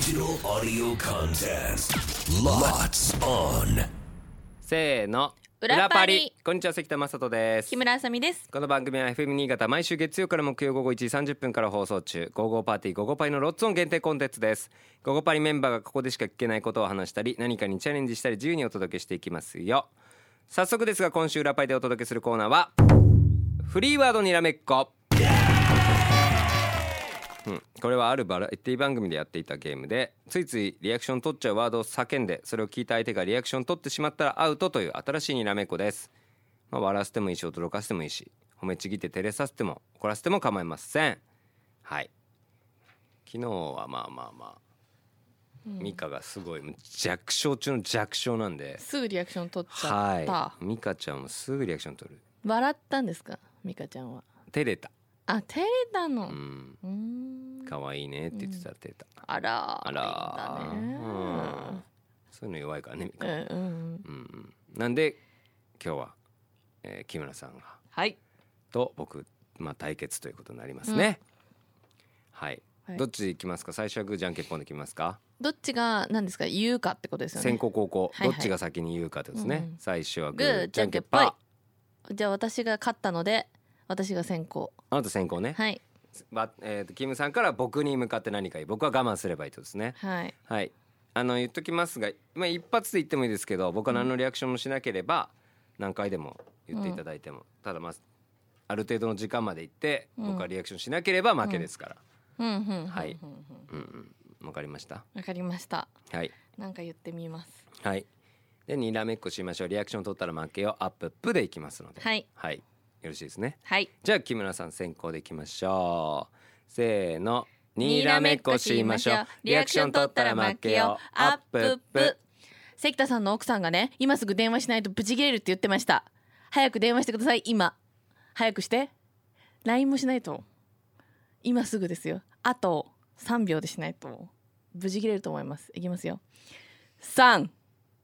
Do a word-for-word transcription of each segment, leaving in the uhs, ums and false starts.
Digital audio contest. Lots on. せーの、 裏パリ。 こんにちは、関田正人です。 木村あさみです。 この番組は エフエム 新潟毎週月曜から木曜午後いちじさんじゅっぷんから放送中、ゴーゴーパーティーゴーゴーパリのロッツオン限定コンテンツです。ゴーゴーパリメンバーがここでしか聞けないことを話したり、何かにチャレンジしたり自由にお届けしていきますよ。早速ですが、今週裏パリでお届けするコーナーはフリーワードにらめっこ。うん、これはあるバラエティ番組でやっていたゲームで、ついついリアクション取っちゃうワードを叫んで、それを聞いた相手がリアクション取ってしまったらアウトという新しいにらめっこです。まあ、笑わせてもいいし驚かせてもいいし、褒めちぎって照れさせても怒らせても構いません。はい。昨日はまあまあまあ、うん、ミカがすごい弱小中の弱小なんで、 すぐリアクション取っちゃった。 はい、ミカちゃんもすぐリアクション取る。 笑ったんですか、ミカちゃんは。 照れた。 あ、照れたの。うん。 うーん、可愛いねって言ってたら照れた。 うん、あらあらー、ね、うん、そういうの弱いからね、ミカ。うんうんうん、なんで今日は、えー、木村さんが、 はい、 と僕、まあ、対決ということになりますね。うん、はい、はい。どっち行きますか？最初はグーじゃんけんぽんできますか？ どっちが何ですか、言うかってことですよね。 先攻後攻、はいはい、どっちが先に言うかってことですね。うん、最初はグーじゃんけんぽい。 じゃあ私が勝ったので私が先行。 あなた先行ね。 はい。 えー、とキムさんから僕に向かって何か言い、僕は我慢すればいいとですね。 はい、 はい、あの言っときますが、まあ、一発で言ってもいいですけど、僕は何のリアクションもしなければ何回でも言っていただいても、うん、ただまあある程度の時間まで言って、うん、僕はリアクションしなければ負けですから。はい、わかりました。 わかりました。 はい、 なんか言ってみます。 はい。でにらめっこしましょう。リアクション取ったら負けよ。アップアップでいきますので、 はい、 はい、よろしいですね。 はい。 じゃあ木村さん先行でいきましょう。せーの、にらめっこしましょう。リアクション取ったら負けよ。アップアップ。 関田さんの奥さんがね、今すぐ電話しないとブチ切れるって言ってました。早く電話してください。今早くして。 ライン もしないと。今すぐですよ。あとさんびょうでしないとブチ切れると思います。いきますよ。さん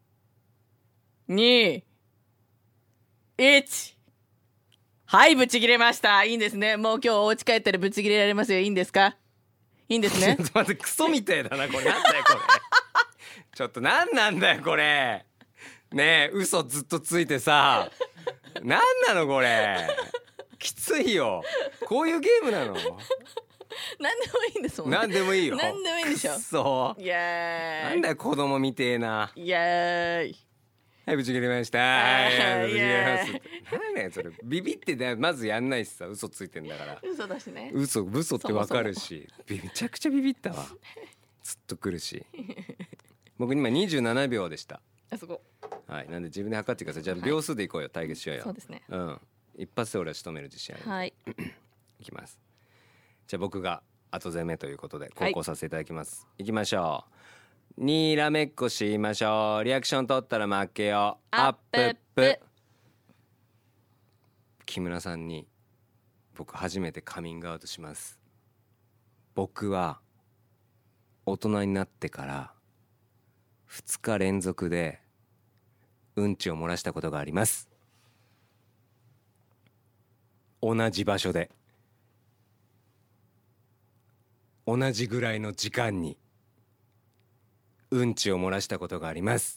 にいち。はい、ブチ切れました。いいんですね。もう今日お家帰ったらブチ切れられますよ。いいんですか？いいんですね。 ちょっと待って、クソみたいだなこれ。なんだよこれ。ちょっとなんなんだよこれ。ねえ、嘘ずっとついてさ、なんなのこれ。きついよ。こういうゲームなの。 なんでもいいんですもんね。 なんでもいいよ。 なんでもいいんでしょ。 そう。 イエーイ。 なんだよ子供みてえな。 イエーイ。 はい、ぶち切れました。はい、ぶち切れます。なんだよそれ。ビビってね、まずやんないしさ、嘘ついてんだから。 嘘だしね。 嘘、嘘ってわかるし、そもそもめちゃくちゃビビったわ。ずっと来るし。僕今にじゅうななびょうでした。 あそこ。 はい、なんで自分で測ってください。じゃあ秒数でいこうよ、対決しようよ。 そうですね。 うん。一発で俺は仕留める自信ある。 はい。 いきます。じゃあ僕が後攻めということで後攻させていただきます。はい、いきましょう。にらめっこしましょう。リアクション取ったら負けよ。アップアップ。木村さんに僕初めてカミングアウトします。僕は大人になってからふつか連続でうんちを漏らしたことがあります。同じ場所で同じぐらいの時間にうんちを漏らしたことがあります。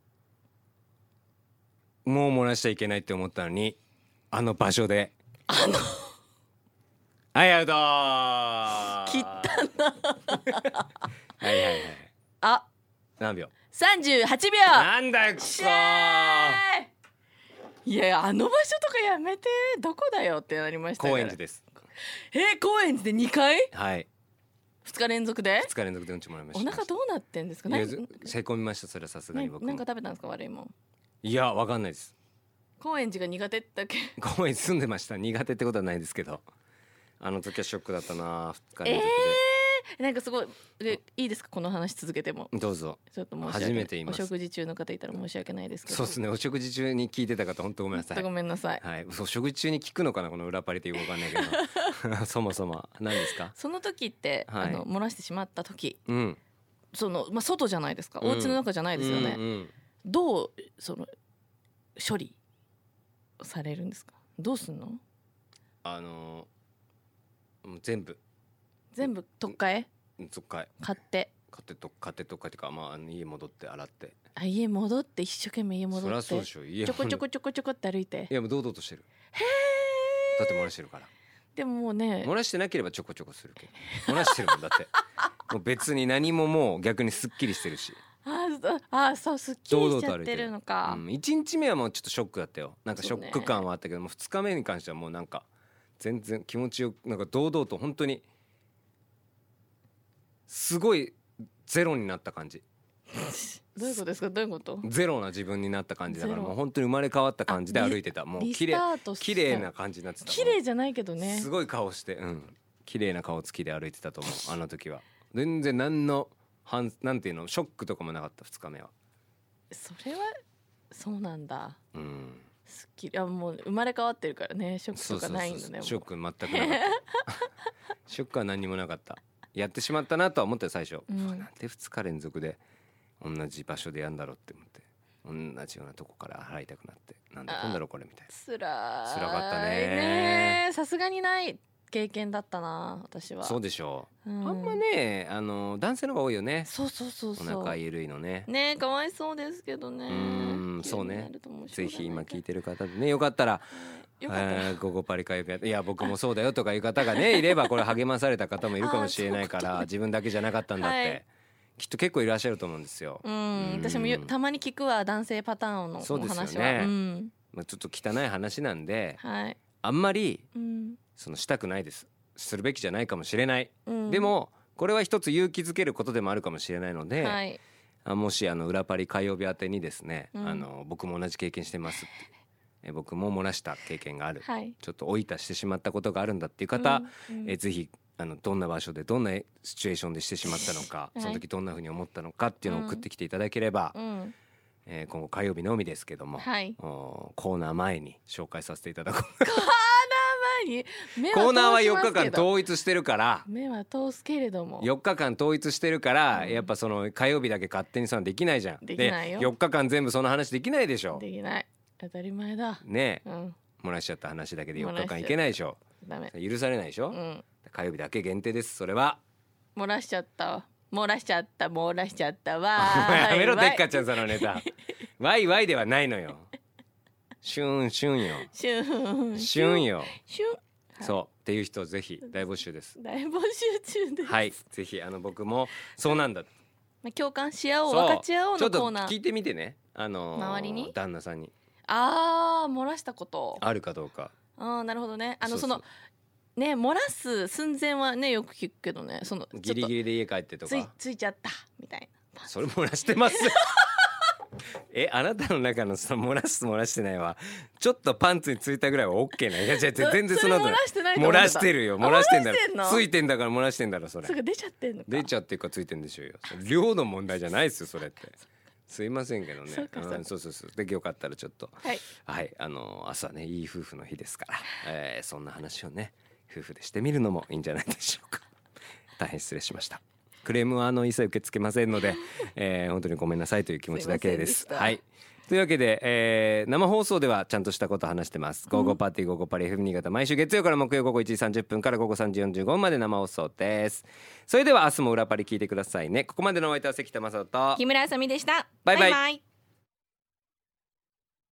もう漏らしちゃいけないって思ったのに、あの場所であのはい、アウト。 切ったな。 はいはいはい。 あ、 何秒？ さんじゅうはちびょう。 なんだよクソー。 いや、あの場所とかやめて。どこだよってなりましたから。 高円寺です。 えー、高円寺でにかい？ はい。 ふつか連続で？ ふつか連続でうんちもらいました。 お腹どうなってんですか？ いや、せこみました。それはさすがに僕も。 なんか食べたんですか？悪いもん。 いや、わかんないです。 高円寺が苦手だけ。 高円寺住んでました。苦手ってことはないですけど、あの時はショックだったな。ふつか連続で。 えー、なんかすごいで、いいですかこの話続けても。 どうぞ。 ちょっと申し訳初めて言います。 お食事中の方いたら申し訳ないですけど。 そうですね。お食事中に聞いてた方本当ごめんなさい。 ごめんなさい。 はい。お食事中に聞くのかなこの裏パリってよくわかんないけど。そもそも何ですか。 その時って、はい、あの漏らしてしまった時、うん、そのまあ外じゃないですか。お家の中じゃないですよね。うんうんうん、どうその処理されるんですか。どうすんの？ あのー、全部全部取っ替え？ 取っ替え買って買ってと買ってとかっていうか、まあ、あの家戻って洗って。 あ、家戻って一生懸命家戻って。 そりゃそうでしょ。家ちょこちょこちょこちょこって歩いて。 いやもう堂々としてる。 へだって漏らしてるから。 でももうね、 漏らしてなければちょこちょこするけど、漏らしてるもんだってもう別に何ももう逆にすっきりしてるし、 ああそうすっきりしちゃってるのか。 うん、いちにちめはもうちょっとショックだったよ。なんかショック感はあったけども、ふつかめに関してはもうなんか全然気持ちよく、なんか堂々と本当にすごいゼロになった感じ。 どういうことですか？どういうこと？ ゼロな自分になった感じだから、もう本当に生まれ変わった感じで歩いてた。もう綺麗綺麗な感じになってた。 綺麗じゃないけどね、 すごい顔して、うん、綺麗な顔つきで歩いてたと思う。あの時は全然何の反なんていうのショックとかもなかった。ふつかめは。 それはそうなんだ。 うん、 すっきり。あ、もう生まれ変わってるからね、ショックとかないんだね。 ショック全くなかったショックは何にもなかった。やってしまったなとは思ったよ最初、うん、なんでふつか連続で同じ場所でやんだろうって思って、同じようなとこから払いたくなって、なんでこんだろうこれみたいな。つらつらかったね。 さすがにない経験だったな私は。 そうでしょう、うん、あんまね、あの男性の方が多いよね。 そうそうそうそう、 お腹緩いのね。 ね、かわいそうですけどね。 うん、そうね。ぜひ今聞いてる方でね、よかったらよかったら、えー、午後パリ会やって、いや僕もそうだよとかいう方がねいれば、これ励まされた方もいるかもしれないから、自分だけじゃなかったんだって、はい、きっと結構いらっしゃると思うんですよ。うん、 私もたまに聞くわ、男性パターンのお話は。そうですよね、うん、 まあ、ちょっと汚い話なんで、 はい、 あんまり、うん、そのしたくないです、するべきじゃないかもしれない、うん、でもこれは一つ勇気づけることでもあるかもしれないので、はい、あもしあの裏パリ火曜日宛てにですね、うん、あの僕も同じ経験してますって、え僕も漏らした経験がある、はい、ちょっと老いたしてしまったことがあるんだっていう方、うんうん、えぜひあのどんな場所でどんなシチュエーションでしてしまったのか、はい、その時どんな風に思ったのかっていうのを送ってきていただければ、うん、えー、今後火曜日のみですけども、はい、コーナー前に紹介させていただこう。コーナー前に目はコーナーはよっかかん統一してるから、 目は通すけれどもよっかかん統一してるから、うん、やっぱその火曜日だけ勝手にそのできないじゃん。 できないよ。 でよっかかん全部その話できないでしょ。 できない、当たり前だねえ、うん、漏らしちゃった話だけでよっかかんいけないでしょ。 ダメ、 許されないでしょ、うん、火曜日だけ限定です。それは漏らしちゃった漏らしちゃった漏らしちゃったわやめろでっかちゃんそのネタワイワイではないのよ。シュンシュンよシュンシュンよシュン、はい、 そうっていう人ぜひ大募集です。 大募集中です。 はい、ぜひあの僕もそうなんだ共感し合おう分かち合おうのコーナー、 ちょっと聞いてみてね、あのー、 周りに旦那さんにあー漏らしたことあるかどうか。 あーなるほどね。あのそのね漏らす寸前はねよく聞くけどね、そのギリギリで家帰ってとかつ, いついちゃったみたいな、 それ漏らしてますえあなたの中のその漏らす漏らしてないはちょっとパンツについたぐらいは OK な。いや全然その漏らしてない漏らしてるよ。漏らしてんだろ、ついてんだから漏らしてんだろ。それそれ出ちゃってんのか。 出ちゃってるかついてんでしょうよ。量の問題じゃないですよそれって。すいませんけどね。そうそうそうそうでよかったらちょっとはい、はい、あの朝ねいい夫婦の日ですから、えー、そんな話をね夫婦でしてみるのもいいんじゃないでしょうか。大変失礼しました。クレームはあの一切受け付けませんので、えー、本当にごめんなさいという気持ちだけです。はい。というわけで、えー、生放送ではちゃんとしたこと話してます。ゴーゴーパーティーゴーゴーパリ エフエム 新潟、毎週月曜から木曜午後いちじさんじゅっぷんから午後さんじよんじゅうごふんまで生放送です。それでは明日も裏パリ聞いてくださいね。ここまでのお相手は関田正人と木村あさみでした。 バイバイ。 バイバイ。